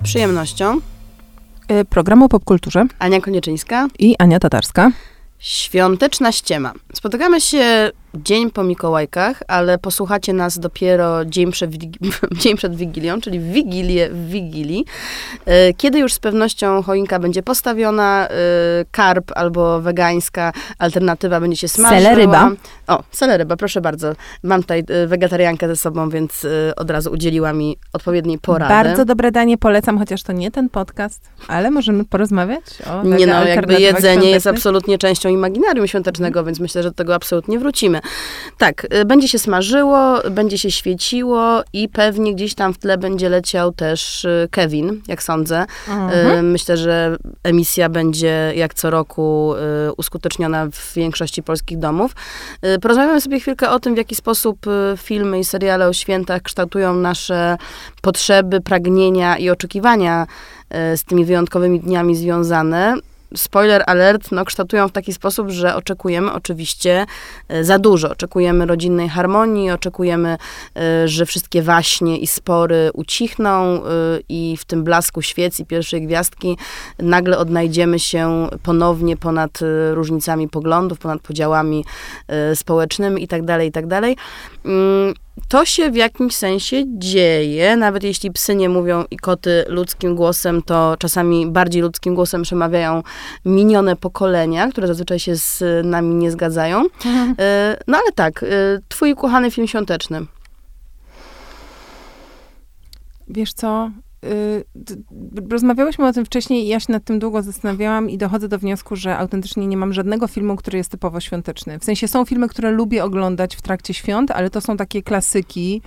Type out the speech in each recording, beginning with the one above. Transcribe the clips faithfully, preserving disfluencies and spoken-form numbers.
przyjemnością Program o popkulturze Ania Konieczyńska i Ania Tatarska. Świąteczna ściema. Spotykamy się dzień po Mikołajkach, ale posłuchacie nas dopiero dzień przed, dzień przed Wigilią, czyli w Wigilię w Wigilii, kiedy już z pewnością choinka będzie postawiona, karp albo wegańska alternatywa będzie się smażyła. Seleryba. O, seleryba, proszę bardzo. Mam tutaj wegetariankę ze sobą, więc od razu udzieliła mi odpowiedniej porady. Bardzo dobre danie, polecam, chociaż to nie ten podcast, ale możemy porozmawiać o Nie no, jakby jedzenie świątecznych. jest absolutnie częścią imaginarium świątecznego, więc myślę, że do tego absolutnie wrócimy. Tak, będzie się smażyło, będzie się świeciło i pewnie gdzieś tam w tle będzie leciał też Kevin, jak sądzę. Mhm. Myślę, że emisja będzie jak co roku uskuteczniona w większości polskich domów. Porozmawiamy sobie chwilkę o tym, w jaki sposób filmy i seriale o świętach kształtują nasze potrzeby, pragnienia i oczekiwania z tymi wyjątkowymi dniami związane. Spoiler alert, no kształtują w taki sposób, że oczekujemy oczywiście za dużo. Oczekujemy rodzinnej harmonii, oczekujemy, że wszystkie waśnie i spory ucichną i w tym blasku świec i pierwszej gwiazdki nagle odnajdziemy się ponownie ponad różnicami poglądów, ponad podziałami społecznymi i tak dalej, i tak dalej. To się w jakimś sensie dzieje, nawet jeśli psy nie mówią i koty ludzkim głosem, to czasami bardziej ludzkim głosem przemawiają minione pokolenia, które zazwyczaj się z nami nie zgadzają. Mhm. No ale tak, twój ukochany film świąteczny. Wiesz co, rozmawiałyśmy o tym wcześniej i ja się nad tym długo zastanawiałam i dochodzę do wniosku, że autentycznie nie mam żadnego filmu, który jest typowo świąteczny. W sensie są filmy, które lubię oglądać w trakcie świąt, ale to są takie klasyki,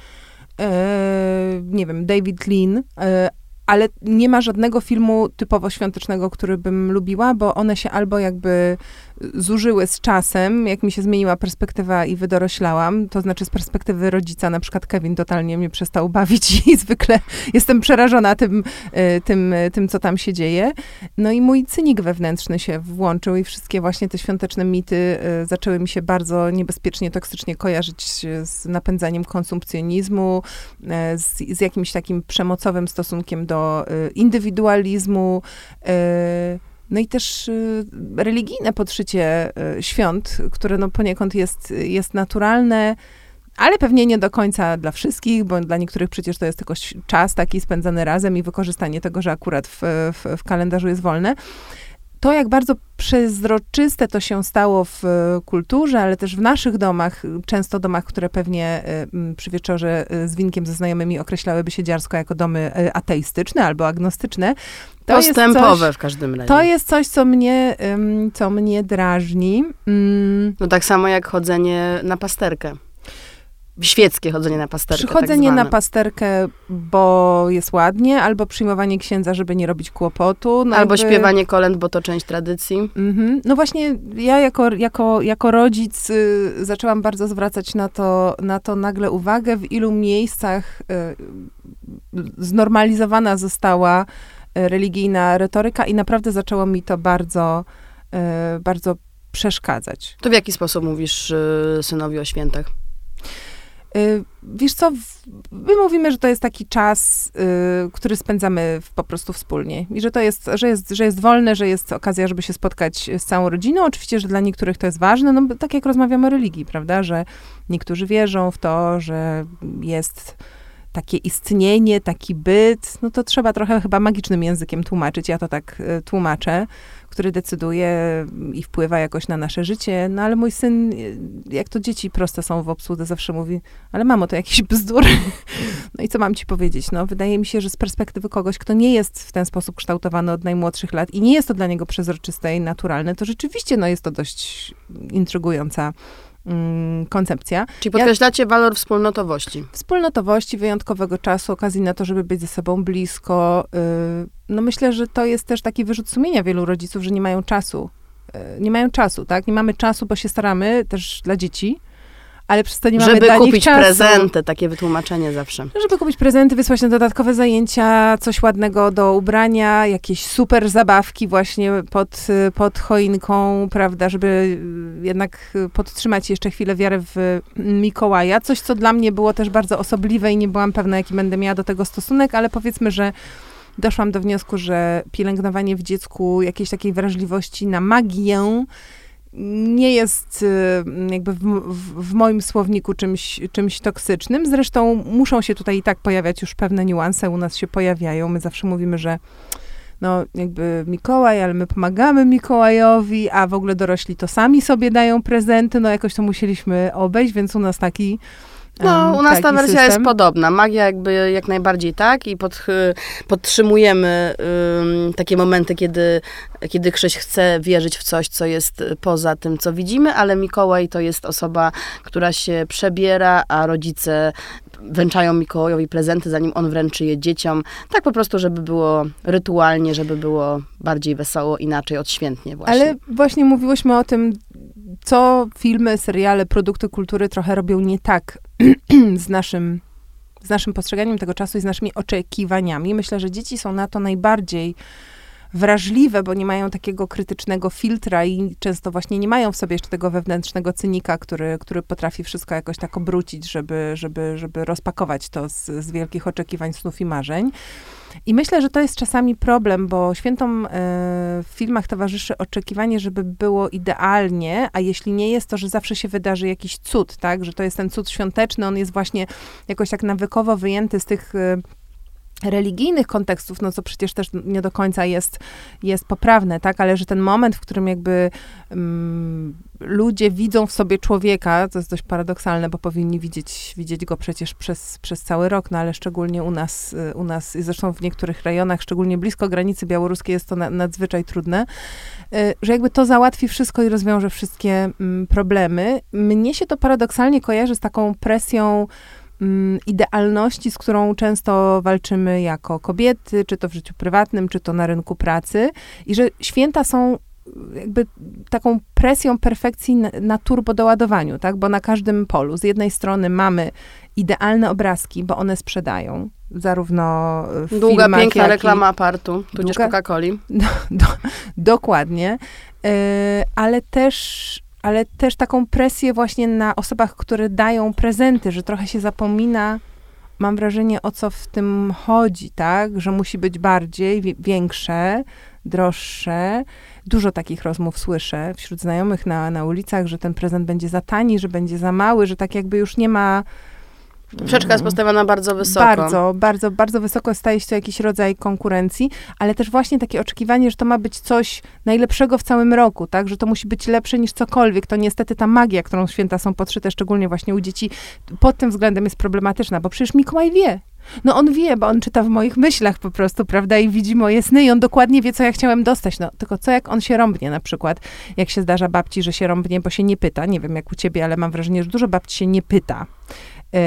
e, nie wiem, David Lean, e, ale nie ma żadnego filmu typowo świątecznego, który bym lubiła, bo one się albo jakby zużyły z czasem, jak mi się zmieniła perspektywa i wydoroślałam, to znaczy z perspektywy rodzica, na przykład Kevin totalnie mnie przestał bawić i zwykle jestem przerażona tym, tym, tym, co tam się dzieje. No i mój cynik wewnętrzny się włączył i wszystkie właśnie te świąteczne mity zaczęły mi się bardzo niebezpiecznie, toksycznie kojarzyć z napędzaniem konsumpcjonizmu, z, z jakimś takim przemocowym stosunkiem do indywidualizmu, no i też y, religijne podszycie y, świąt, które no poniekąd jest, jest naturalne, ale pewnie nie do końca dla wszystkich, bo dla niektórych przecież to jest tylko czas taki spędzany razem i wykorzystanie tego, że akurat w, w, w kalendarzu jest wolne. To, jak bardzo przezroczyste to się stało w kulturze, ale też w naszych domach, często domach, które pewnie przy wieczorze z winkiem ze znajomymi określałyby się dziarsko jako domy ateistyczne albo agnostyczne. To Postępowe coś, w każdym razie. To jest coś, co mnie, co mnie drażni. No tak samo jak chodzenie na pasterkę. Świeckie chodzenie na pasterkę. Przychodzenie tak na pasterkę, bo jest ładnie, albo przyjmowanie księdza, żeby nie robić kłopotu. No albo jakby... śpiewanie kolęd, bo to część tradycji. Mm-hmm. No właśnie, ja jako, jako, jako rodzic y, zaczęłam bardzo zwracać na to, na to nagle uwagę, w ilu miejscach y, znormalizowana została y, religijna retoryka i naprawdę zaczęło mi to bardzo, y, bardzo przeszkadzać. To w jaki sposób mówisz y, synowi o świętach? Wiesz co, my mówimy, że to jest taki czas, y, który spędzamy w, po prostu wspólnie i że to jest, że jest, że jest wolne, że jest okazja, żeby się spotkać z całą rodziną. Oczywiście, że dla niektórych to jest ważne, no tak jak rozmawiamy o religii, prawda, że niektórzy wierzą w to, że jest takie istnienie, taki byt, no to trzeba trochę chyba magicznym językiem tłumaczyć, ja to tak y, tłumaczę, który decyduje i wpływa jakoś na nasze życie. No ale mój syn, jak to dzieci proste są w obsłudze, zawsze mówi, ale mamo, to jakiś bzdur. No i co mam ci powiedzieć? No wydaje mi się, że z perspektywy kogoś, kto nie jest w ten sposób kształtowany od najmłodszych lat i nie jest to dla niego przezroczyste i naturalne, to rzeczywiście no, jest to dość intrygująca mm, koncepcja. Czyli podkreślacie ja, walor wspólnotowości. Wspólnotowości, wyjątkowego czasu, okazji na to, żeby być ze sobą blisko. Yy, no myślę, że to jest też taki wyrzut sumienia wielu rodziców, że nie mają czasu. Yy, nie mają czasu, tak? Nie mamy czasu, bo się staramy też dla dzieci, ale przez to nie mamy żeby dla nich kupić czasu. prezenty, takie wytłumaczenie zawsze. Żeby kupić prezenty, wysłać na dodatkowe zajęcia, coś ładnego do ubrania, jakieś super zabawki właśnie pod, pod choinką, prawda, żeby jednak podtrzymać jeszcze chwilę wiarę w Mikołaja. Coś, co dla mnie było też bardzo osobliwe i nie byłam pewna, jaki będę miała do tego stosunek, ale powiedzmy, że doszłam do wniosku, że pielęgnowanie w dziecku jakiejś takiej wrażliwości na magię nie jest jakby w, w, w moim słowniku czymś, czymś toksycznym. Zresztą muszą się tutaj i tak pojawiać już pewne niuanse, u nas się pojawiają. My zawsze mówimy, że no jakby Mikołaj, ale my pomagamy Mikołajowi, a w ogóle dorośli to sami sobie dają prezenty, no jakoś to musieliśmy obejść, więc u nas taki No, u nas taki ta wersja system. jest podobna. Magia jakby jak najbardziej tak i pod, podtrzymujemy ym, takie momenty, kiedy, kiedy Krzyś chce wierzyć w coś, co jest poza tym, co widzimy, ale Mikołaj to jest osoba, która się przebiera, a rodzice wręczają Mikołajowi prezenty, zanim on wręczy je dzieciom. Tak po prostu, żeby było rytualnie, żeby było bardziej wesoło, inaczej, odświętnie właśnie. Ale właśnie mówiłyśmy o tym, co filmy, seriale, produkty kultury trochę robią nie tak z naszym, z naszym postrzeganiem tego czasu i z naszymi oczekiwaniami. Myślę, że dzieci są na to najbardziej wrażliwe, bo nie mają takiego krytycznego filtra i często właśnie nie mają w sobie jeszcze tego wewnętrznego cynika, który, który potrafi wszystko jakoś tak obrócić, żeby, żeby, żeby rozpakować to z, z wielkich oczekiwań, snów i marzeń. I myślę, że to jest czasami problem, bo świętom y, w filmach towarzyszy oczekiwanie, żeby było idealnie, a jeśli nie jest, to że zawsze się wydarzy jakiś cud, tak? Że to jest ten cud świąteczny, on jest właśnie jakoś tak nawykowo wyjęty z tych y, religijnych kontekstów, no co przecież też nie do końca jest, jest poprawne, tak, ale że ten moment, w którym jakby um, ludzie widzą w sobie człowieka, to jest dość paradoksalne, bo powinni widzieć, widzieć go przecież przez, przez cały rok, no ale szczególnie u nas, u nas i zresztą w niektórych rejonach, szczególnie blisko granicy białoruskiej jest to na, nadzwyczaj trudne, że jakby to załatwi wszystko i rozwiąże wszystkie um, problemy. Mnie się to paradoksalnie kojarzy z taką presją idealności, z którą często walczymy jako kobiety, czy to w życiu prywatnym, czy to na rynku pracy i że święta są jakby taką presją perfekcji na, na turbodoładowaniu, tak, bo na każdym polu z jednej strony mamy idealne obrazki, bo one sprzedają, zarówno w Długa, filmach, piękna jak reklama apartu, tudzież Długa- Coca-Coli. Do, do, dokładnie, yy, ale też ale też taką presję właśnie na osobach, które dają prezenty, że trochę się zapomina, mam wrażenie, o co w tym chodzi, tak? Że musi być bardziej, wie, większe, droższe. Dużo takich rozmów słyszę wśród znajomych na, na ulicach, że ten prezent będzie za tani, że będzie za mały, że tak jakby już nie ma... Poprzeczka jest postawiona bardzo wysoko. Bardzo, bardzo, bardzo wysoko staje się to jakiś rodzaj konkurencji, ale też właśnie takie oczekiwanie, że to ma być coś najlepszego w całym roku, tak, że to musi być lepsze niż cokolwiek. To niestety ta magia, którą święta są podszyte, szczególnie właśnie u dzieci, pod tym względem jest problematyczna, bo przecież Mikołaj wie. No on wie, bo on czyta w moich myślach po prostu, prawda, i widzi moje sny i on dokładnie wie, co ja chciałem dostać. No, tylko co jak on się rąbnie na przykład, jak się zdarza babci, że się rąbnie, bo się nie pyta, nie wiem jak u ciebie, ale mam wrażenie, że dużo babci się nie pyta. Yy,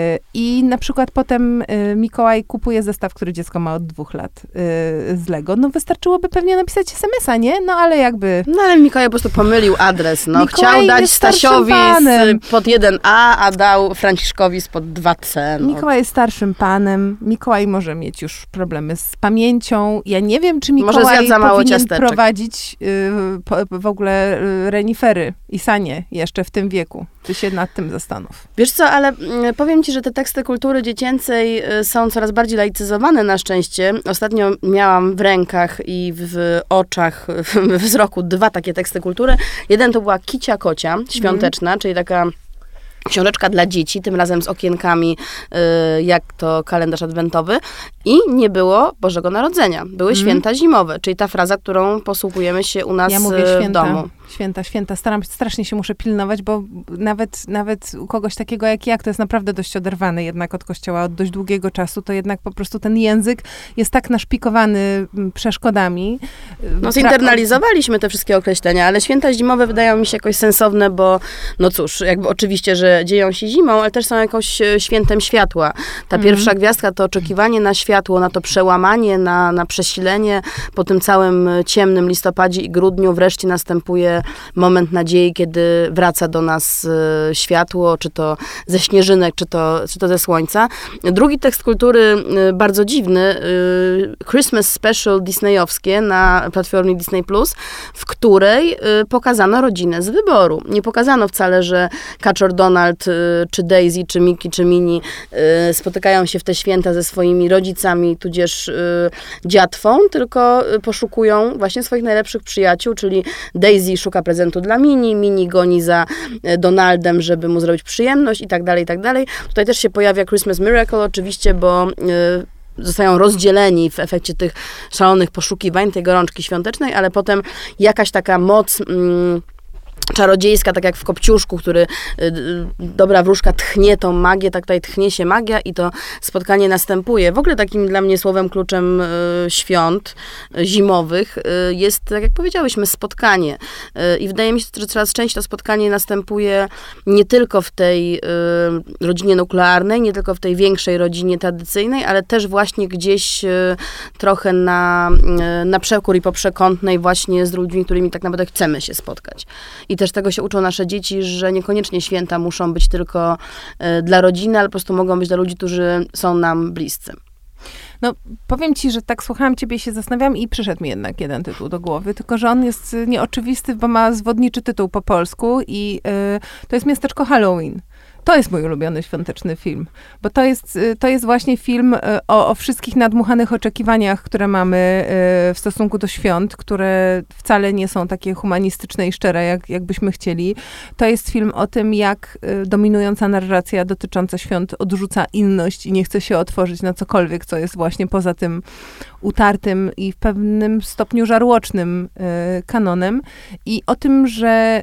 I na przykład potem yy, Mikołaj kupuje zestaw, który dziecko ma od dwóch lat yy, z Lego. No wystarczyłoby pewnie napisać es em es a, nie? No ale jakby... No ale Mikołaj po prostu pomylił adres, no. Mikołaj Chciał dać jest starszym Stasiowi panem. z, pod jeden A, a dał Franciszkowi spod dwa C. No. Mikołaj jest starszym panem. Mikołaj może mieć już problemy z pamięcią. Ja nie wiem, czy Mikołaj Może zjadł za mało powinien ciasteczek. prowadzić yy, po, w ogóle yy, renifery i sanie jeszcze w tym wieku. Ty się nad tym zastanów. Wiesz co, ale mm, powiem ci, że te teksty kultury dziecięcej y, są coraz bardziej laicyzowane na szczęście. Ostatnio miałam w rękach i w oczach, w wzroku dwa takie teksty kultury. Jeden to była Kicia Kocia, świąteczna, mm. czyli taka książeczka dla dzieci, tym razem z okienkami, y, jak to kalendarz adwentowy. I nie było Bożego Narodzenia. Były Mm. święta zimowe, czyli ta fraza, którą posługujemy się u nas Ja mówię y, w święta, domu. święta, święta. Staram się, strasznie się muszę pilnować, bo nawet, nawet u kogoś takiego jak ja, kto jest naprawdę dość oderwany jednak od kościoła od dość długiego czasu, to jednak po prostu ten język jest tak naszpikowany przeszkodami. No zinternalizowaliśmy te wszystkie określenia, ale święta zimowe wydają mi się jakoś sensowne, bo no cóż, jakby oczywiście, że dzieją się zimą, ale też są jakoś świętem światła. Ta Mhm. pierwsza gwiazdka to oczekiwanie na światło, na to przełamanie, na, na przesilenie. Po tym całym ciemnym listopadzie i grudniu wreszcie następuje moment nadziei, kiedy wraca do nas y, światło, czy to ze śnieżynek, czy to, czy to ze słońca. Drugi tekst kultury, y, bardzo dziwny, y, Christmas Special disneyowskie na platformie Disney plus, w której y, pokazano rodzinę z wyboru. Nie pokazano wcale, że Kaczor Donald, y, czy Daisy, czy Mickey, czy Minnie y, spotykają się w te święta ze swoimi rodzicami, tudzież y, dziatwą, tylko y, poszukują właśnie swoich najlepszych przyjaciół, czyli Daisy szuka prezentu dla Minnie, Minnie goni za y, Donaldem, żeby mu zrobić przyjemność i tak dalej, i tak dalej. Tutaj też się pojawia Christmas Miracle oczywiście, bo y, zostają rozdzieleni w efekcie tych szalonych poszukiwań, tej gorączki świątecznej, ale potem jakaś taka moc mm, czarodziejska, tak jak w Kopciuszku, który y, dobra wróżka tchnie tą magię, tak tutaj tchnie się magia i to spotkanie następuje. W ogóle takim dla mnie słowem kluczem y, świąt y, zimowych y, jest, tak jak powiedziałyśmy, spotkanie. Y, I wydaje mi się, że coraz częściej to spotkanie następuje nie tylko w tej y, rodzinie nuklearnej, nie tylko w tej większej rodzinie tradycyjnej, ale też właśnie gdzieś y, trochę na, y, na przekór i poprzekątnej właśnie z ludźmi, którymi tak naprawdę chcemy się spotkać. I też tego się uczą nasze dzieci, że niekoniecznie święta muszą być tylko y, dla rodziny, ale po prostu mogą być dla ludzi, którzy są nam bliscy. No, powiem ci, że tak słuchałam ciebie i się zastanawiam i przyszedł mi jednak jeden tytuł do głowy, tylko że on jest nieoczywisty, bo ma zwodniczy tytuł po polsku i y, to jest Miasteczko Halloween. To jest mój ulubiony świąteczny film, bo to jest, to jest właśnie film o, o wszystkich nadmuchanych oczekiwaniach, które mamy w stosunku do świąt, które wcale nie są takie humanistyczne i szczere, jak, jak byśmy chcieli. To jest film o tym, jak dominująca narracja dotycząca świąt odrzuca inność i nie chce się otworzyć na cokolwiek, co jest właśnie poza tym utartym i w pewnym stopniu żarłocznym kanonem. I o tym, że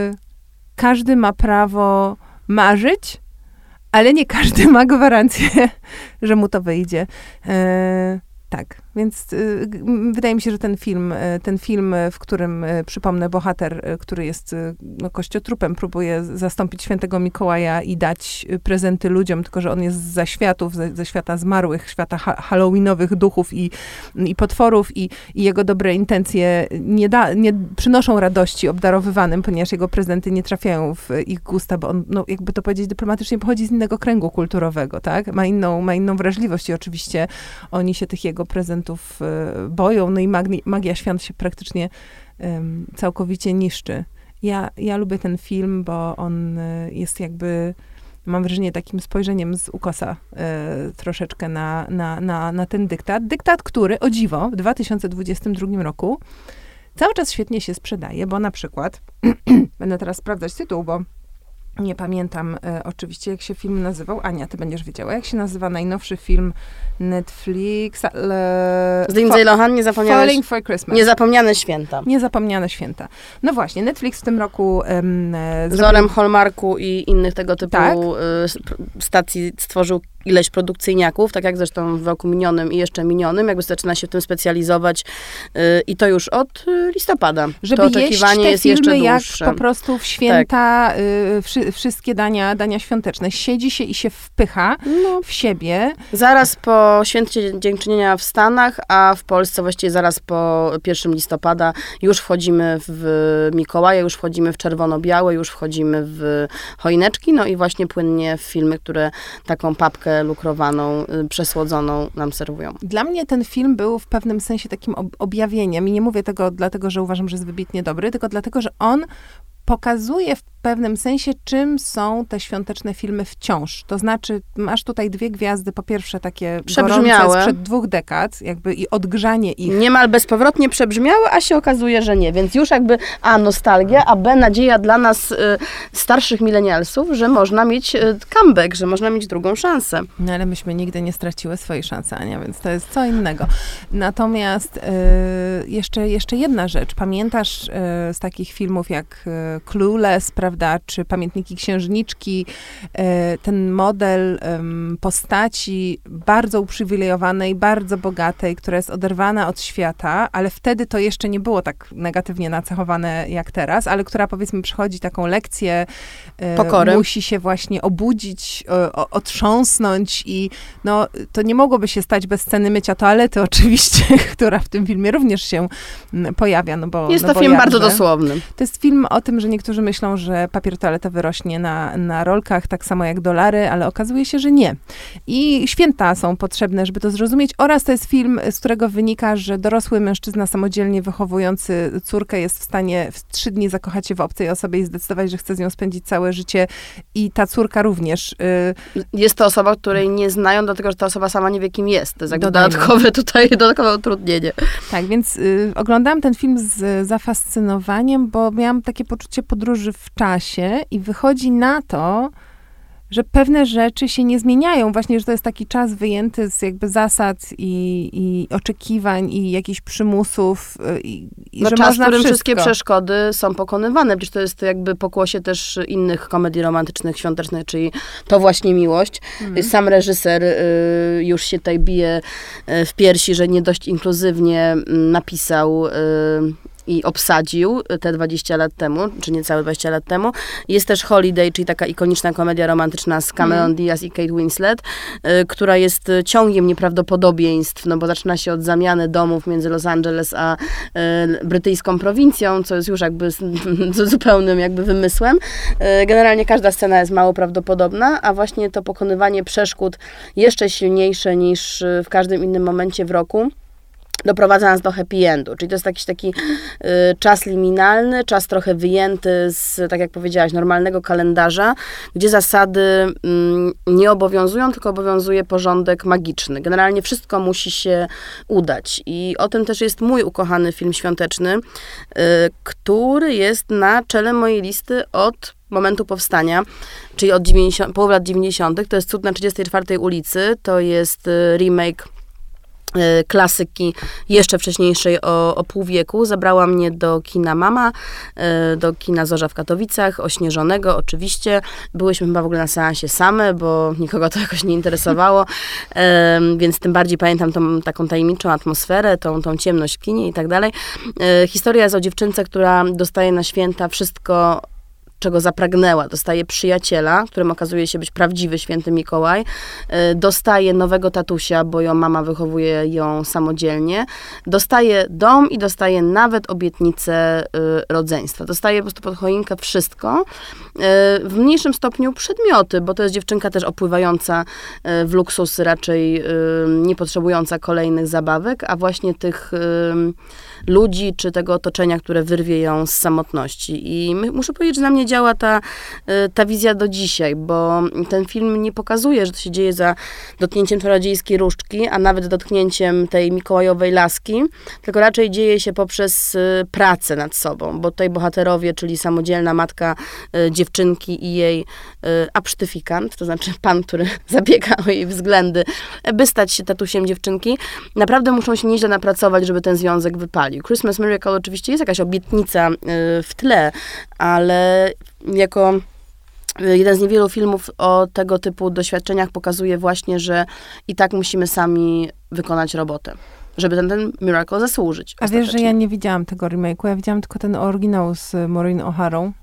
każdy ma prawo marzyć, ale nie każdy ma gwarancję, że mu to wyjdzie. E, tak, więc y, wydaje mi się, że ten film, ten film, w którym, y, przypomnę, bohater, y, który jest y, no, kościotrupem, próbuje zastąpić świętego Mikołaja i dać y, prezenty ludziom, tylko że on jest ze światów, ze, ze świata zmarłych, świata ha- halloweenowych duchów i, i potworów i, i jego dobre intencje nie, da, nie przynoszą radości obdarowywanym, ponieważ jego prezenty nie trafiają w ich gusta, bo on, no, jakby to powiedzieć dyplomatycznie, pochodzi z innego kręgu kulturowego, tak? Ma inną, ma inną wrażliwość i oczywiście oni się tych jego prezentów boją, no i magni, magia świąt się praktycznie um, całkowicie niszczy. Ja, ja lubię ten film, bo on jest jakby, mam wrażenie, takim spojrzeniem z ukosa y, troszeczkę na, na, na, na ten dyktat. Dyktat, który, o dziwo, w dwa tysiące dwudziestym drugim roku cały czas świetnie się sprzedaje, bo na przykład, będę teraz sprawdzać tytuł, bo nie pamiętam e, oczywiście, jak się film nazywał. Ania, ty będziesz wiedziała, jak się nazywa najnowszy film Netflix. Le... Z Lindsay Lohan, Niezapomniane, Falling for Christmas. Niezapomniane święta. Niezapomniane święta. No właśnie, Netflix w tym roku um, e, z wzorem Hallmarku i innych tego typu tak? y, stacji stworzył ileś produkcyjniaków, tak jak zresztą w roku minionym i jeszcze minionym, jakby zaczyna się w tym specjalizować y, i to już od y, listopada. Żeby to oczekiwanie jest jeszcze dłuższe. Jak po prostu w święta, tak. y, wszy, wszystkie dania, dania świąteczne. Siedzi się i się wpycha no. w siebie. Zaraz po Święcie Dziękczynienia w Stanach, a w Polsce właściwie zaraz po pierwszego listopada już wchodzimy w Mikołaja, już wchodzimy w czerwono-białe, już wchodzimy w choineczki, no i właśnie płynnie w filmy, które taką papkę lukrowaną, przesłodzoną nam serwują. Dla mnie ten film był w pewnym sensie takim ob- objawieniem i nie mówię tego dlatego, że uważam, że jest wybitnie dobry, tylko dlatego, że on pokazuje w pewnym sensie, czym są te świąteczne filmy wciąż. To znaczy, masz tutaj dwie gwiazdy, po pierwsze takie gorące sprzed dwóch dekad, jakby i odgrzanie ich. Niemal bezpowrotnie przebrzmiały, a się okazuje, że nie. Więc już jakby A, nostalgia, a B, nadzieja dla nas y, starszych milenialsów, że można mieć y, comeback, że można mieć drugą szansę. No ale myśmy nigdy nie straciły swojej szansy, Ania, więc to jest co innego. Natomiast y, jeszcze, jeszcze jedna rzecz. Pamiętasz y, z takich filmów jak y, Clueless, prawda? prawda, czy Pamiętniki Księżniczki, e, ten model em, postaci bardzo uprzywilejowanej, bardzo bogatej, która jest oderwana od świata, ale wtedy to jeszcze nie było tak negatywnie nacechowane jak teraz, ale która powiedzmy przychodzi taką lekcję, e, Pokory. musi się właśnie obudzić, o, otrząsnąć i no, to nie mogłoby się stać bez sceny mycia toalety oczywiście, która w tym filmie również się pojawia. No bo, jest no to bo film jakże. bardzo dosłowny. To jest film o tym, że niektórzy myślą, że papier toaletowy rośnie na, na rolkach, tak samo jak dolary, ale okazuje się, że nie. I święta są potrzebne, żeby to zrozumieć, oraz to jest film, z którego wynika, że dorosły mężczyzna samodzielnie wychowujący córkę jest w stanie w trzy dni zakochać się w obcej osobie i zdecydować, że chce z nią spędzić całe życie i ta córka również. Y- Jest to osoba, której nie znają, dlatego że ta osoba sama nie wie, kim jest. To jest jakby Dodajmy. dodatkowe tutaj, dodatkowe utrudnienie. Tak, więc y, oglądałam ten film z zafascynowaniem, bo miałam takie poczucie podróży w czasie i wychodzi na to, że pewne rzeczy się nie zmieniają. Właśnie, że to jest taki czas wyjęty z jakby zasad i, i oczekiwań i jakichś przymusów i, i No że czas, w można którym wszystko. wszystkie przeszkody są pokonywane. Przecież to jest jakby pokłosie też innych komedii romantycznych, świątecznych, czyli To właśnie miłość. Mhm. Sam reżyser y, już się tutaj bije y, w piersi, że nie dość inkluzywnie y, napisał y, i obsadził te dwadzieścia lat temu, czy niecałe dwadzieścia lat temu. Jest też Holiday, czyli taka ikoniczna komedia romantyczna z Cameron mm. Diaz i Kate Winslet, y, która jest ciągiem nieprawdopodobieństw, no bo zaczyna się od zamiany domów między Los Angeles a y, brytyjską prowincją, co jest już jakby z, z zupełnym jakby wymysłem. Y, generalnie każda scena jest mało prawdopodobna, a właśnie to pokonywanie przeszkód jeszcze silniejsze niż w każdym innym momencie w roku doprowadza nas do happy endu, czyli to jest jakiś taki y, czas liminalny, czas trochę wyjęty z, tak jak powiedziałaś, normalnego kalendarza, gdzie zasady y, nie obowiązują, tylko obowiązuje porządek magiczny. Generalnie wszystko musi się udać i o tym też jest mój ukochany film świąteczny, y, który jest na czele mojej listy od momentu powstania, czyli od dziewięćdziesiątych, połowy lat dziewięćdziesiątych. To jest Cud na trzydziestej czwartej ulicy, to jest y, remake klasyki jeszcze wcześniejszej o, o pół wieku. Zabrała mnie do kina mama, do kina Zorza w Katowicach, ośnieżonego oczywiście. Byłyśmy chyba w ogóle na seansie same, bo nikogo to jakoś nie interesowało, więc tym bardziej pamiętam tą taką tajemniczą atmosferę, tą, tą ciemność w kinie i tak dalej. Historia jest o dziewczynce, która dostaje na święta wszystko, czego zapragnęła. Dostaje przyjaciela, którym okazuje się być prawdziwy święty Mikołaj. Dostaje nowego tatusia, bo ją mama wychowuje ją samodzielnie. Dostaje dom i dostaje nawet obietnicę rodzeństwa. Dostaje po prostu pod choinkę wszystko. W mniejszym stopniu przedmioty, bo to jest dziewczynka też opływająca w luksusy, raczej nie potrzebująca kolejnych zabawek, a właśnie tych ludzi, czy tego otoczenia, które wyrwie ją z samotności. I muszę powiedzieć, że na mnie działa ta, ta wizja do dzisiaj, bo ten film nie pokazuje, że to się dzieje za dotknięciem czarodziejskiej różdżki, a nawet dotknięciem tej mikołajowej laski, tylko raczej dzieje się poprzez pracę nad sobą, bo tutaj bohaterowie, czyli samodzielna matka dziewczynki i jej absztyfikant, to znaczy pan, który zabiega o jej względy, by stać się tatusiem dziewczynki, naprawdę muszą się nieźle napracować, żeby ten związek wypalił. Christmas Miracle oczywiście jest jakaś obietnica w tle, ale jako jeden z niewielu filmów o tego typu doświadczeniach pokazuje właśnie, że i tak musimy sami wykonać robotę, żeby ten, ten Miracle zasłużyć. A wiesz, że ja nie widziałam tego remake'u, ja widziałam tylko ten oryginał z Maureen O'Harą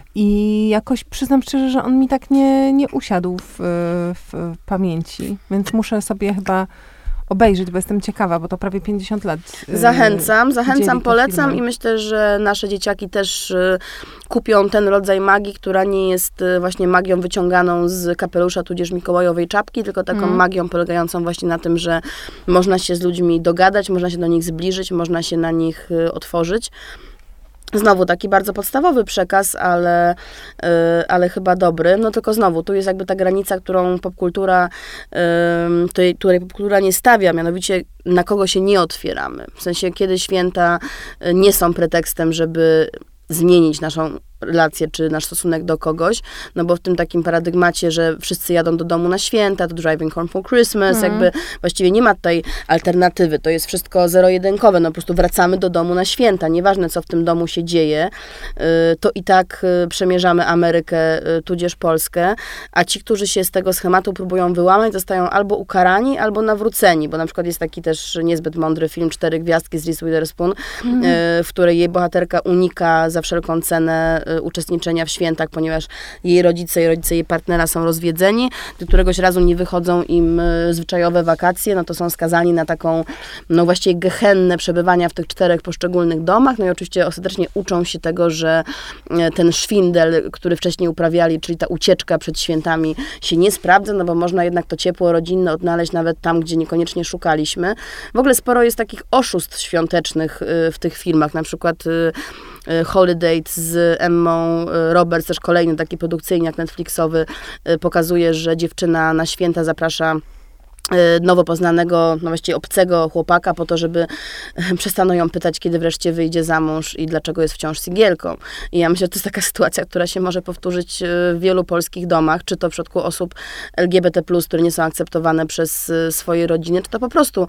i jakoś przyznam szczerze, że on mi tak nie, nie usiadł w, w pamięci, więc muszę sobie chyba obejrzeć, bo jestem ciekawa, bo to prawie pięćdziesiąt lat. Zachęcam, zachęcam, polecam filmy. I myślę, że nasze dzieciaki też y, kupią ten rodzaj magii, która nie jest y, właśnie magią wyciąganą z kapelusza, tudzież mikołajowej czapki, tylko taką mm. magią polegającą właśnie na tym, że można się z ludźmi dogadać, można się do nich zbliżyć, można się na nich y, otworzyć. Znowu taki bardzo podstawowy przekaz, ale, yy, ale chyba dobry. No tylko znowu, tu jest jakby ta granica, którą popkultura, yy, której, której popkultura nie stawia, mianowicie na kogo się nie otwieramy. W sensie, kiedy święta nie są pretekstem, żeby zmienić naszą relacje, czy nasz stosunek do kogoś, no bo w tym takim paradygmacie, że wszyscy jadą do domu na święta, to Driving Home for Christmas, mm. jakby właściwie nie ma tutaj alternatywy, to jest wszystko zero-jedynkowe, no po prostu wracamy do domu na święta, nieważne co w tym domu się dzieje, to i tak przemierzamy Amerykę, tudzież Polskę, a ci, którzy się z tego schematu próbują wyłamać, zostają albo ukarani, albo nawróceni, bo na przykład jest taki też niezbyt mądry film Cztery Gwiazdki z Reese Witherspoon, mm. w której jej bohaterka unika za wszelką cenę uczestniczenia w świętach, ponieważ jej rodzice i rodzice jej partnera są rozwiedzeni, do któregoś razu nie wychodzą im zwyczajowe wakacje, no to są skazani na taką, no właściwie gehennę przebywania w tych czterech poszczególnych domach, no i oczywiście ostatecznie uczą się tego, że ten szwindel, który wcześniej uprawiali, czyli ta ucieczka przed świętami się nie sprawdza, no bo można jednak to ciepło rodzinne odnaleźć nawet tam, gdzie niekoniecznie szukaliśmy. W ogóle sporo jest takich oszustw świątecznych w tych filmach, na przykład Holiday z Emmą Roberts, też kolejny taki produkcyjniak Netflixowy, pokazuje, że dziewczyna na święta zaprasza nowo poznanego, no właściwie obcego chłopaka po to, żeby przestano ją pytać, kiedy wreszcie wyjdzie za mąż i dlaczego jest wciąż singielką. I ja myślę, że to jest taka sytuacja, która się może powtórzyć w wielu polskich domach, czy to w przypadku osób L G B T plus, które nie są akceptowane przez swoje rodziny, czy to po prostu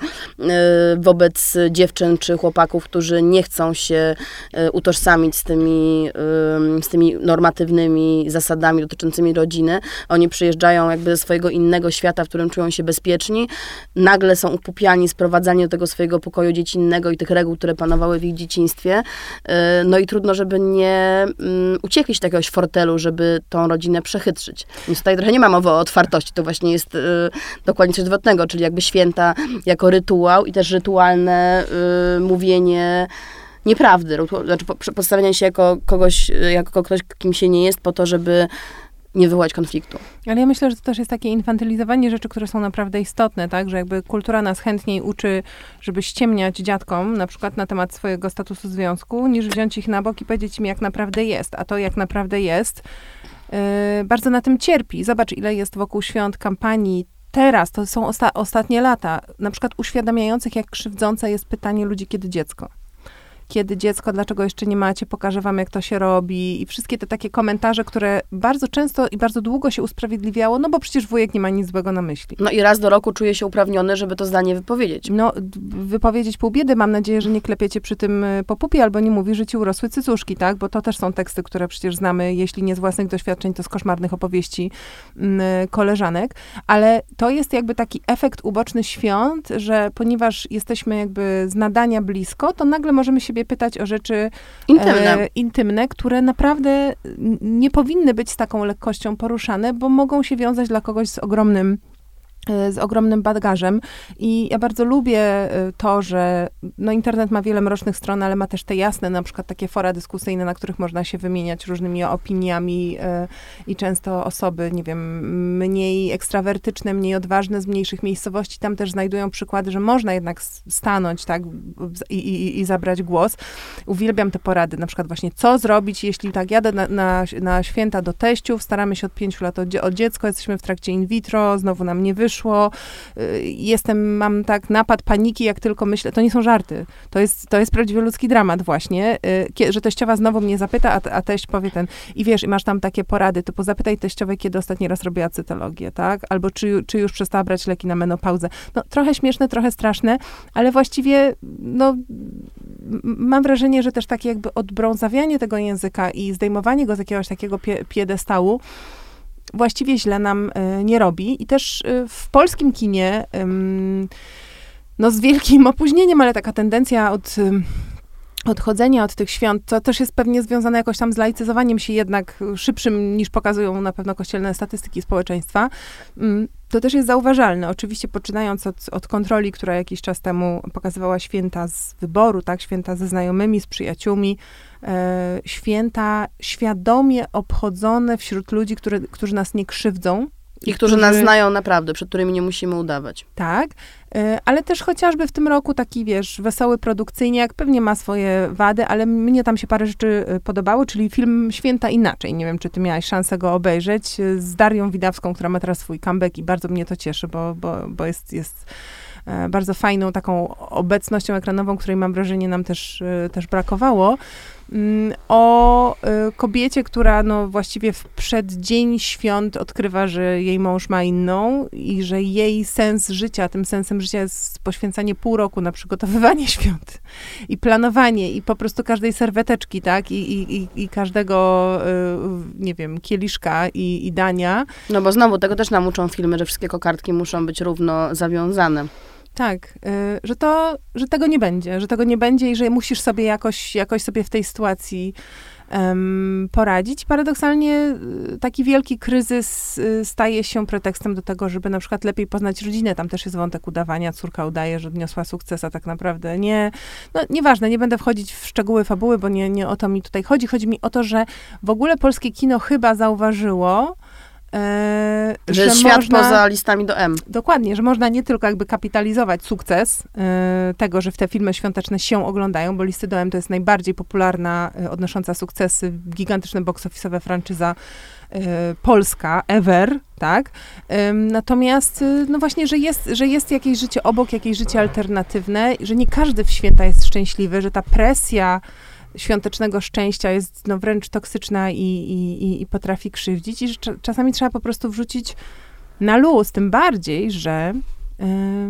wobec dziewczyn czy chłopaków, którzy nie chcą się utożsamić z tymi, z tymi normatywnymi zasadami dotyczącymi rodziny. Oni przyjeżdżają jakby ze swojego innego świata, w którym czują się bezpieczni, nagle są upupiani, sprowadzani do tego swojego pokoju dziecinnego i tych reguł, które panowały w ich dzieciństwie. No i trudno, żeby nie um, uciekli z jakiegoś fortelu, żeby tą rodzinę przechytrzyć. Więc tutaj trochę nie ma mowy o otwartości, to właśnie jest y, dokładnie coś odwrotnego, czyli jakby święta jako rytuał i też rytualne y, mówienie nieprawdy, znaczy przedstawianie się jako kogoś, jako ktoś, kim się nie jest, po to, żeby nie wywołać konfliktu. Ale ja myślę, że to też jest takie infantylizowanie rzeczy, które są naprawdę istotne, tak? Że jakby kultura nas chętniej uczy, żeby ściemniać dziadkom, na przykład na temat swojego statusu związku, niż wziąć ich na bok i powiedzieć im, jak naprawdę jest. A to, jak naprawdę jest, yy, bardzo na tym cierpi. Zobacz, ile jest wokół świąt kampanii teraz, to są osta- ostatnie lata, na przykład uświadamiających, jak krzywdzące jest pytanie ludzi, kiedy dziecko. Kiedy dziecko, dlaczego jeszcze nie macie, pokażę wam, jak to się robi. I wszystkie te takie komentarze, które bardzo często i bardzo długo się usprawiedliwiało, no bo przecież wujek nie ma nic złego na myśli. No i raz do roku czuje się uprawniony, żeby to zdanie wypowiedzieć. No, wypowiedzieć pół biedy. Mam nadzieję, że nie klepiecie przy tym po pupie, albo nie mówi, że ci urosły cycuszki, tak? Bo to też są teksty, które przecież znamy, jeśli nie z własnych doświadczeń, to z koszmarnych opowieści mm, koleżanek. Ale to jest jakby taki efekt uboczny świąt, że ponieważ jesteśmy jakby z nadania blisko, to nagle możemy siebie pytać o rzeczy intymne. E, intymne, które naprawdę nie powinny być z taką lekkością poruszane, bo mogą się wiązać dla kogoś z ogromnym z ogromnym bagażem. I ja bardzo lubię to, że no internet ma wiele mrocznych stron, ale ma też te jasne, na przykład takie fora dyskusyjne, na których można się wymieniać różnymi opiniami i często osoby, nie wiem, mniej ekstrawertyczne, mniej odważne z mniejszych miejscowości, tam też znajdują przykłady, że można jednak stanąć, tak, i, i, i zabrać głos. Uwielbiam te porady, na przykład właśnie, co zrobić, jeśli tak, jadę na, na, na święta do teściów, staramy się od pięciu lat o, o dziecko, jesteśmy w trakcie in vitro, znowu nam nie wyszło, szło, jestem, mam tak napad paniki, jak tylko myślę, to nie są żarty, to jest, to jest prawdziwy ludzki dramat właśnie, że teściowa znowu mnie zapyta, a, a teść powie ten, i wiesz, i masz tam takie porady, typu zapytaj teściowej, kiedy ostatni raz robiła cytologię, tak, albo czy, czy już przestała brać leki na menopauzę. No, trochę śmieszne, trochę straszne, ale właściwie, no, mam wrażenie, że też takie jakby odbrązawianie tego języka i zdejmowanie go z jakiegoś takiego pie, piedestału właściwie źle nam y, nie robi. I też y, w polskim kinie, y, no z wielkim opóźnieniem, ale taka tendencja od y, odchodzenia od tych świąt, to też jest pewnie związane jakoś tam z laicyzowaniem się jednak szybszym, niż pokazują na pewno kościelne statystyki społeczeństwa. Y, to też jest zauważalne. Oczywiście poczynając od, od kontroli, która jakiś czas temu pokazywała święta z wyboru, tak, święta ze znajomymi, z przyjaciółmi, e, święta świadomie obchodzone wśród ludzi, które, którzy nas nie krzywdzą. I którzy, którzy nas znają naprawdę, przed którymi nie musimy udawać. Tak, y, ale też chociażby w tym roku taki, wiesz, wesoły produkcyjniak, pewnie ma swoje wady, ale mnie tam się parę rzeczy podobało, czyli film Święta Inaczej. Nie wiem, czy ty miałaś szansę go obejrzeć, z Darią Widawską, która ma teraz swój comeback i bardzo mnie to cieszy, bo, bo, bo jest... jest bardzo fajną taką obecnością ekranową, której mam wrażenie nam też, też brakowało. o y, kobiecie, która no właściwie w przeddzień świąt odkrywa, że jej mąż ma inną i że jej sens życia, tym sensem życia jest poświęcanie pół roku na przygotowywanie świąt i planowanie i po prostu każdej serweteczki, tak, i, i, i, i każdego, y, nie wiem, kieliszka i, i dania. No bo znowu, tego też nam uczą filmy, że wszystkie kokardki muszą być równo zawiązane. Tak, y, że to, że tego nie będzie, że tego nie będzie i że musisz sobie jakoś, jakoś sobie w tej sytuacji um, poradzić. Paradoksalnie y, taki wielki kryzys y, staje się pretekstem do tego, żeby na przykład lepiej poznać rodzinę. Tam też jest wątek udawania. Córka udaje, że odniosła sukces, a tak naprawdę nie. No nieważne, nie będę wchodzić w szczegóły fabuły, bo nie, nie o to mi tutaj chodzi. Chodzi mi o to, że w ogóle polskie kino chyba zauważyło, Yy, że, że jest świat można, poza listami do M. Dokładnie, że można nie tylko jakby kapitalizować sukces yy, tego, że w te filmy świąteczne się oglądają, bo listy do M to jest najbardziej popularna, yy, odnosząca sukcesy, gigantyczne box office'owe franczyza yy, polska, ever, tak? Yy, natomiast, yy, no właśnie, że jest, że jest jakieś życie obok, jakieś życie alternatywne, że nie każdy w święta jest szczęśliwy, że ta presja świątecznego szczęścia jest no, wręcz toksyczna i, i, i potrafi krzywdzić i że cz- czasami trzeba po prostu wrzucić na luz, tym bardziej, że yy,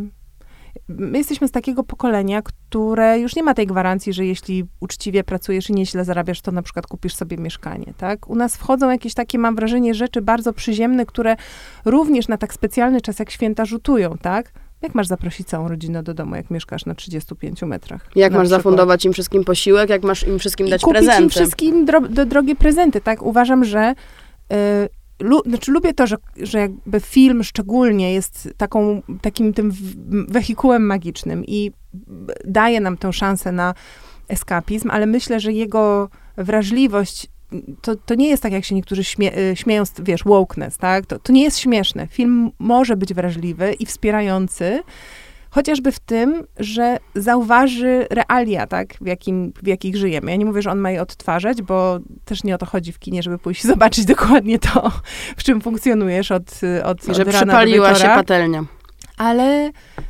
my jesteśmy z takiego pokolenia, które już nie ma tej gwarancji, że jeśli uczciwie pracujesz i nieźle zarabiasz, to na przykład kupisz sobie mieszkanie, tak? U nas wchodzą jakieś takie, mam wrażenie, rzeczy bardzo przyziemne, które również na tak specjalny czas jak święta rzutują, tak? Jak masz zaprosić całą rodzinę do domu, jak mieszkasz na trzydziestu pięciu metrach? Jak masz przykład. zafundować im wszystkim posiłek, jak masz im wszystkim dać I kupić prezenty. im wszystkim dro- do, drogie prezenty, tak? Uważam, że y, lu- znaczy lubię to, że, że jakby film szczególnie jest taką, takim tym w- wehikułem magicznym i daje nam tę szansę na eskapizm, ale myślę, że jego wrażliwość To, to nie jest tak, jak się niektórzy śmie, śmieją, wiesz, wokeness, tak? To, to nie jest śmieszne. Film może być wrażliwy i wspierający, chociażby w tym, że zauważy realia, tak? W, jakim, w jakich żyjemy. Ja nie mówię, że on ma je odtwarzać, bo też nie o to chodzi w kinie, żeby pójść zobaczyć dokładnie to, w czym funkcjonujesz od, od, od że rana do przypaliła wieczora. się patelnia. Ale,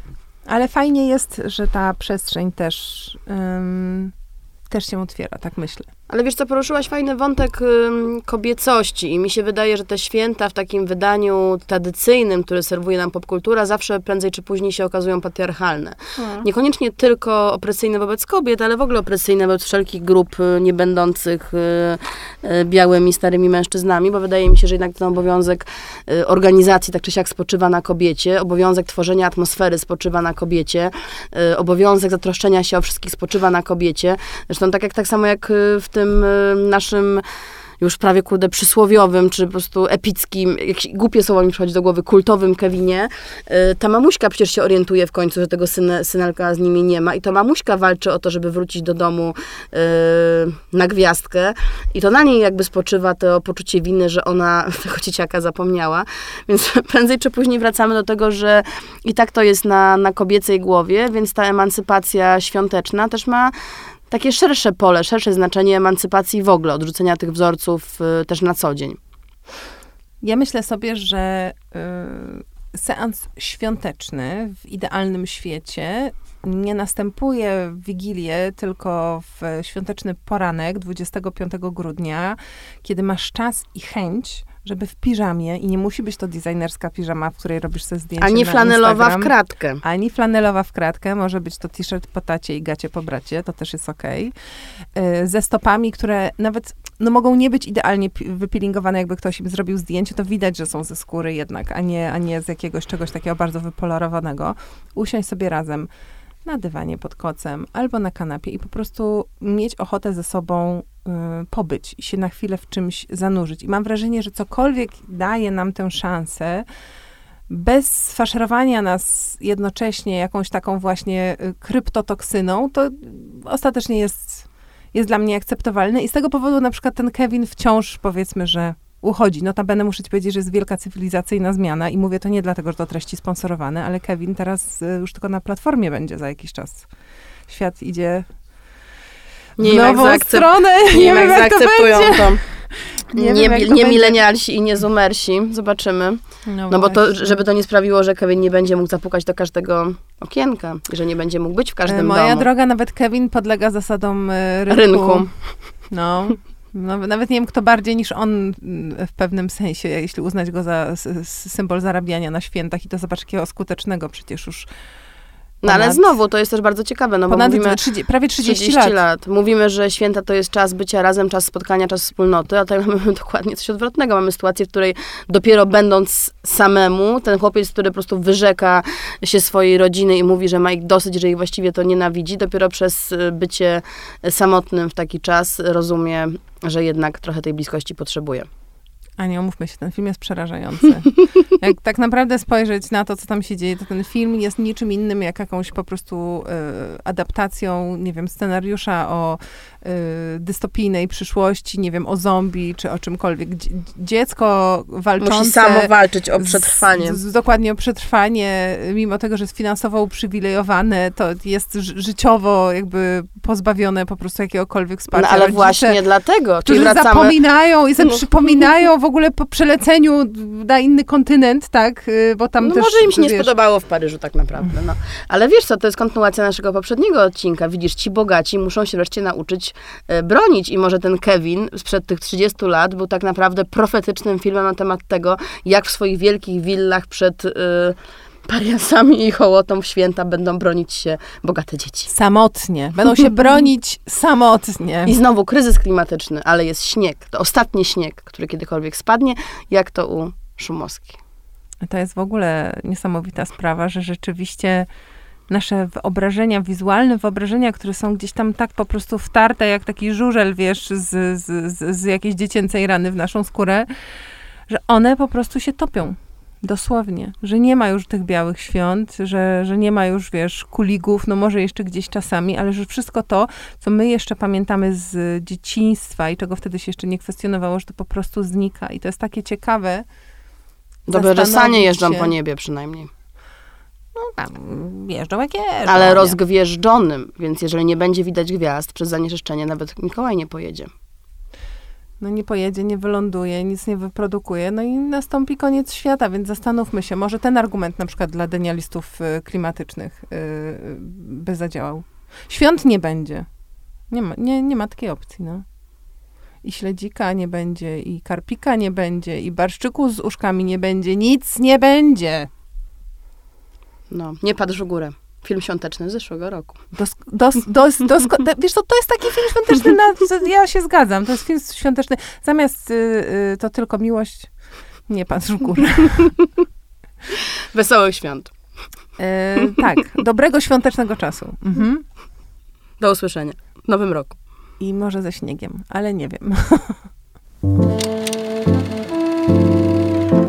ale fajnie jest, że ta przestrzeń też, um, też się otwiera, tak myślę. Ale wiesz co, poruszyłaś fajny wątek ym, kobiecości i mi się wydaje, że te święta w takim wydaniu tradycyjnym, które serwuje nam popkultura, zawsze prędzej czy później się okazują patriarchalne. Hmm. Niekoniecznie tylko opresyjne wobec kobiet, ale w ogóle opresyjne wobec wszelkich grup y, nie będących y, y, białymi, starymi mężczyznami, bo wydaje mi się, że jednak ten obowiązek y, organizacji tak czy siak spoczywa na kobiecie, obowiązek tworzenia atmosfery spoczywa na kobiecie, y, obowiązek zatroszczenia się o wszystkich spoczywa na kobiecie. Zresztą tak jak tak samo jak y, w tym naszym już prawie, kurde, przysłowiowym, czy po prostu epickim, jakieś głupie słowo mi przychodzi do głowy, kultowym Kevinie, ta mamuśka przecież się orientuje w końcu, że tego syne, synelka z nimi nie ma i to mamuśka walczy o to, żeby wrócić do domu yy, na gwiazdkę i to na niej jakby spoczywa to poczucie winy, że ona tego dzieciaka zapomniała, więc prędzej czy później wracamy do tego, że i tak to jest na, na kobiecej głowie, więc ta emancypacja świąteczna też ma takie szersze pole, szersze znaczenie emancypacji w ogóle, odrzucenia tych wzorców y, też na co dzień. Ja myślę sobie, że y, seans świąteczny w idealnym świecie nie następuje w Wigilię, tylko w świąteczny poranek dwudziestego piątego grudnia, kiedy masz czas i chęć, żeby w piżamie, i nie musi być to designerska piżama, w której robisz sobie zdjęcie Ani na flanelowa Instagram, w kratkę. Ani flanelowa w kratkę, może być to t-shirt po tacie i gacie po bracie, to też jest okej. Okay. Ze stopami, które nawet no, mogą nie być idealnie wypeelingowane, jakby ktoś im zrobił zdjęcie, to widać, że są ze skóry jednak, a nie, a nie z jakiegoś czegoś takiego bardzo wypolerowanego. Usiąść sobie razem na dywanie pod kocem albo na kanapie i po prostu mieć ochotę ze sobą y, pobyć i się na chwilę w czymś zanurzyć. I mam wrażenie, że cokolwiek daje nam tę szansę, bez sfaszerowania nas jednocześnie jakąś taką właśnie y, kryptotoksyną, to ostatecznie jest, jest dla mnie akceptowalne. I z tego powodu na przykład ten Kevin wciąż, powiedzmy, że uchodzi. Notabene muszę ci powiedzieć, że jest wielka cywilizacyjna zmiana i mówię to nie dlatego, że to treści sponsorowane, ale Kevin teraz y, już tylko na platformie będzie za jakiś czas. Świat idzie w nie nową jak stronę. Nie, nie wiem, jak, jak zaakceptują to. to. Nie, nie, wiem, nie, nie milenialsi i nie zoomersi. Zobaczymy. No, no bo to, żeby to nie sprawiło, że Kevin nie będzie mógł zapukać do każdego okienka i że nie będzie mógł być w każdym Moja domu. droga, nawet Kevin podlega zasadom e, rynku. Rynku. No. No, nawet nie wiem, kto bardziej niż on w pewnym sensie, jeśli uznać go za s- s- symbol zarabiania na świętach i to zobacz jakiego skutecznego przecież już. No ale ponad- znowu, to jest też bardzo ciekawe, no bo Ponad mówimy... trzydzieści, prawie trzydzieści, lat. lat. Mówimy, że święta to jest czas bycia razem, czas spotkania, czas wspólnoty, a tutaj mamy dokładnie coś odwrotnego. Mamy sytuację, w której dopiero będąc samemu, ten chłopiec, który po prostu wyrzeka się swojej rodziny i mówi, że ma ich dosyć, że ich właściwie to nienawidzi, dopiero przez bycie samotnym w taki czas rozumie, że jednak trochę tej bliskości potrzebuje. A nie, umówmy się, ten film jest przerażający. Jak tak naprawdę spojrzeć na to, co tam się dzieje, to ten film jest niczym innym jak jakąś po prostu y, adaptacją, nie wiem, scenariusza o y, dystopijnej przyszłości, nie wiem, o zombie, czy o czymkolwiek. Dzie- dziecko walczące... Musi samo walczyć o przetrwanie. Z, z, dokładnie o przetrwanie, mimo tego, że jest finansowo uprzywilejowane, to jest ży- życiowo jakby pozbawione po prostu jakiegokolwiek wsparcia. No ale Rodzice, właśnie dlatego, czyli którzy wracamy... zapominają i sobie przypominają w ogóle po przeleceniu na inny kontynent, tak, y, bo tam No też, może im się nie wiesz, spodobało w Paryżu tak naprawdę, no. Ale wiesz co, to jest kontynuacja naszego poprzedniego odcinka. Widzisz, ci bogaci muszą się wreszcie nauczyć e, bronić i może ten Kevin sprzed tych trzydziestu lat był tak naprawdę profetycznym filmem na temat tego, jak w swoich wielkich willach przed... E, pariasami i hołotą w święta będą bronić się bogate dzieci. samotnie. Będą się bronić samotnie. I znowu kryzys klimatyczny, ale jest śnieg. To ostatni śnieg, który kiedykolwiek spadnie, jak to u Szumowskiej. To jest w ogóle niesamowita sprawa, że rzeczywiście nasze wyobrażenia wizualne, wyobrażenia, które są gdzieś tam tak po prostu wtarte, jak taki żużel, wiesz, z, z, z, z jakiejś dziecięcej rany w naszą skórę, że one po prostu się topią. Dosłownie. Że nie ma już tych białych świąt, że, że nie ma już, wiesz, kuligów, no może jeszcze gdzieś czasami, ale że wszystko to, co my jeszcze pamiętamy z dzieciństwa i czego wtedy się jeszcze nie kwestionowało, że to po prostu znika. I to jest takie ciekawe. Dobrze, że sanie zastanowić jeżdżą się. po niebie przynajmniej. No tam jeżdżą jak jeżdżą. Ale nie? rozgwieżdżonym, więc jeżeli nie będzie widać gwiazd przez zanieczyszczenie, nawet Mikołaj nie pojedzie. No nie pojedzie, nie wyląduje, nic nie wyprodukuje, no i nastąpi koniec świata, więc zastanówmy się, może ten argument na przykład dla denialistów y, klimatycznych y, y, by zadziałał. Świąt nie będzie. Nie ma, nie, nie ma takiej opcji, no. I śledzika nie będzie, i karpika nie będzie, i barszczyku z uszkami nie będzie, nic nie będzie. No, nie patrz w górę. Film świąteczny z zeszłego roku. Dos, dos, dos, dosko, wiesz, to, to jest taki film świąteczny, na, ja się zgadzam, to jest film świąteczny. Zamiast y, y, to tylko miłość, nie patrz w górę. Wesołych świąt. Y, tak, dobrego świątecznego czasu. Mhm. Do usłyszenia w nowym roku. I może ze śniegiem, ale nie wiem.